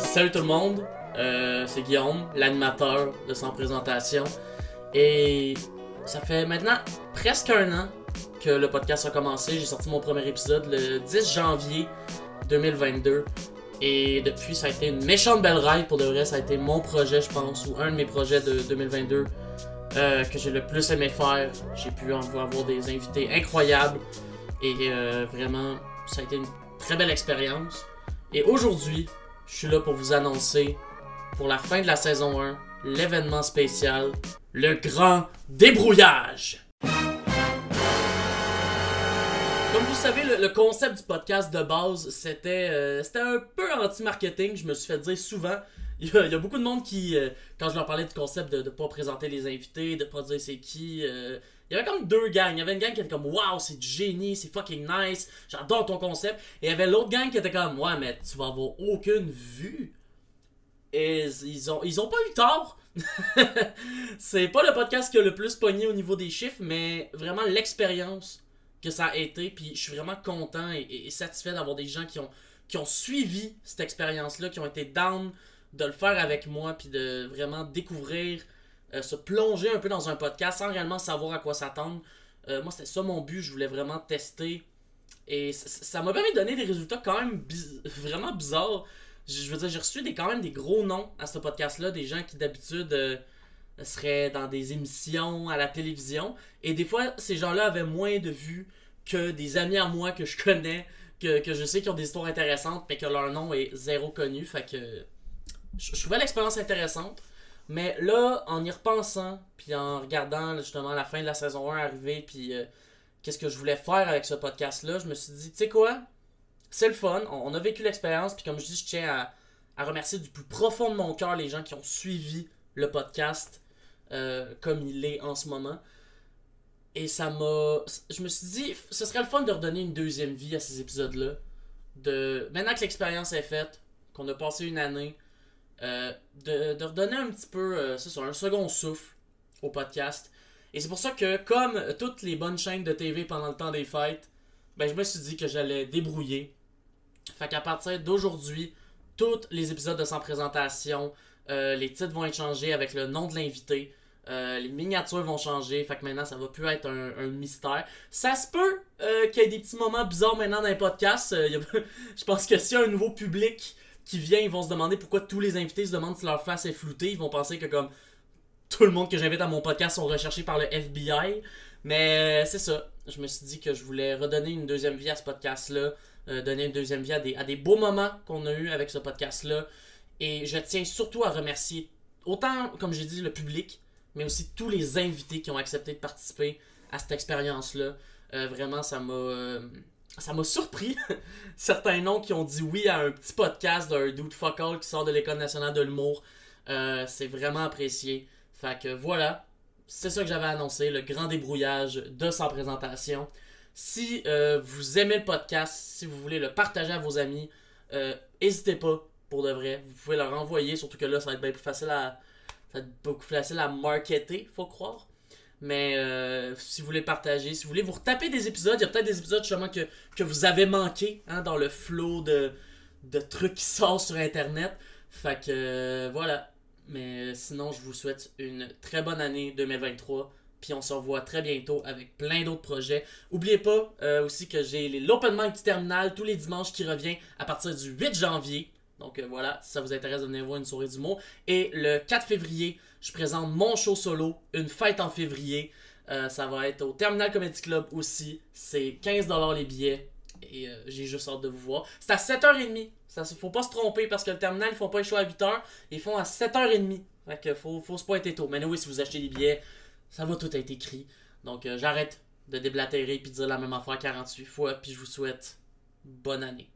Salut tout le monde, c'est Guillaume, l'animateur de Sans Présentation. Et ça fait maintenant presque un an que le podcast a commencé. J'ai sorti mon premier épisode le 10 janvier 2022. Et depuis, ça a été une méchante belle ride. Pour de vrai, ça a été mon projet, je pense, ou un de mes projets de 2022 que j'ai le plus aimé faire. J'ai pu avoir des invités incroyables. Et vraiment, ça a été une très belle expérience. Et aujourd'hui, je suis là pour vous annoncer, pour la fin de la saison 1, l'événement spécial, le grand débrouillage. Comme vous savez, le concept du podcast de base, c'était un peu anti-marketing, je me suis fait dire souvent. Il y a beaucoup de monde qui, quand je leur parlais du concept de ne pas présenter les invités, de pas dire c'est qui, il y avait comme deux gangs. Il y avait une gang qui était comme waouh, c'est du génie, c'est fucking nice, j'adore ton concept. Et il y avait l'autre gang qui était comme ouais, mais tu vas avoir aucune vue. Et ils ont pas eu tort. C'est pas le podcast qui a le plus pogné au niveau des chiffres, mais vraiment l'expérience que ça a été. Puis je suis vraiment content et satisfait d'avoir des gens qui ont suivi cette expérience-là, qui ont été down de le faire avec moi, puis de vraiment découvrir, se plonger un peu dans un podcast sans réellement savoir à quoi s'attendre. Moi, c'était ça mon but, je voulais vraiment tester. Et ça m'a permis de donner des résultats quand même vraiment bizarres. Je veux dire, j'ai reçu quand même des gros noms à ce podcast-là, des gens qui d'habitude seraient dans des émissions à la télévision. Et des fois, ces gens-là avaient moins de vues que des amis à moi que je connais, que je sais qui ont des histoires intéressantes, mais que leur nom est zéro connu. Fait que je trouvais l'expérience intéressante. Mais là, en y repensant, puis en regardant justement la fin de la saison 1 arriver, puis qu'est-ce que je voulais faire avec ce podcast-là, je me suis dit, tu sais quoi? C'est le fun, on a vécu l'expérience, puis comme je dis, je tiens à remercier du plus profond de mon cœur les gens qui ont suivi le podcast comme il est en ce moment. Et je me suis dit, ce serait le fun de redonner une deuxième vie à ces épisodes-là. Maintenant que l'expérience est faite, qu'on a passé une année, de redonner un petit peu, un second souffle au podcast. Et c'est pour ça que, comme toutes les bonnes chaînes de TV pendant le temps des fêtes, ben je me suis dit que j'allais débrouiller. Fait qu'à partir d'aujourd'hui, tous les épisodes de Sans Présentation, les titres vont être changés avec le nom de l'invité. Les miniatures vont changer. Fait que maintenant, ça va plus être un mystère. Ça se peut qu'il y ait des petits moments bizarres maintenant dans les podcasts. Je pense que s'il y a un nouveau public qui vient, ils vont se demander pourquoi tous les invités se demandent si leur face est floutée. Ils vont penser que comme tout le monde que j'invite à mon podcast sont recherchés par le FBI. Mais c'est ça. Je me suis dit que je voulais redonner une deuxième vie à ce podcast-là. Donner une deuxième vie à des beaux moments qu'on a eu avec ce podcast-là. Et je tiens surtout à remercier autant, comme j'ai dit, le public, mais aussi tous les invités qui ont accepté de participer à cette expérience-là. Vraiment, ça m'a surpris. Certains noms qui ont dit oui à un petit podcast d'un dude fuck all qui sort de l'École nationale de l'humour. C'est vraiment apprécié. Fait que voilà, c'est ça que j'avais annoncé, le grand débrouillage de Sans Présentation. Si vous aimez le podcast, si vous voulez le partager à vos amis, n'hésitez pas, pour de vrai. Vous pouvez leur envoyer, surtout que là, ça va être bien plus facile ça va être beaucoup plus facile à marketer, faut croire. Mais si vous voulez partager, si vous voulez vous retaper des épisodes, il y a peut-être des épisodes justement que vous avez manqué dans le flow de trucs qui sortent sur Internet. Fait que voilà. Mais sinon, je vous souhaite une très bonne année 2023. Puis on se revoit très bientôt avec plein d'autres projets. N'oubliez pas aussi que j'ai l'Open Mic du Terminal tous les dimanches qui revient à partir du 8 janvier. Donc voilà, si ça vous intéresse de venir voir une soirée d'humour. Et le 4 février, je présente mon show solo, une fête en février. Ça va être au Terminal Comedy Club aussi. C'est 15$ les billets. Et j'ai juste hâte de vous voir. C'est à 7h30. Faut pas se tromper parce que le Terminal, ils font pas les shows à 8h. Ils font à 7h30. Fait que faut se pointer tôt. Mais oui, si vous achetez des billets, ça va tout être écrit. Donc j'arrête de déblatérer et de dire la même affaire 48 fois. Puis je vous souhaite bonne année.